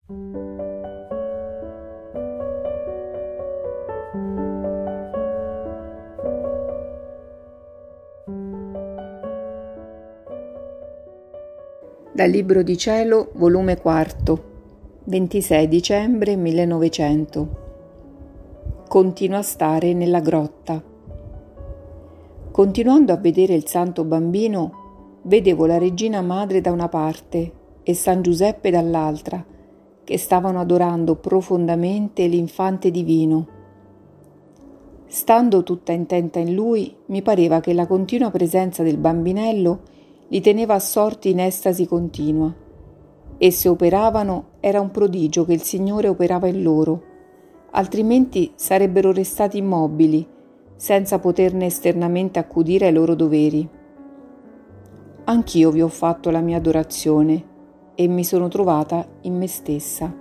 Dal Libro di Cielo, volume 4, 26 dicembre 1900. Continua a stare nella grotta. Continuando a vedere il santo bambino, vedevo la Regina Madre da una parte e San Giuseppe dall'altra, che stavano adorando profondamente l'Infante Divino. Stando tutta intenta in lui, mi pareva che la continua presenza del bambinello li teneva assorti in estasi continua, e se operavano era un prodigio che il Signore operava in loro, altrimenti sarebbero restati immobili, senza poterne esternamente accudire ai loro doveri. Anch'io vi ho fatto la mia adorazione e mi sono trovata in me stessa.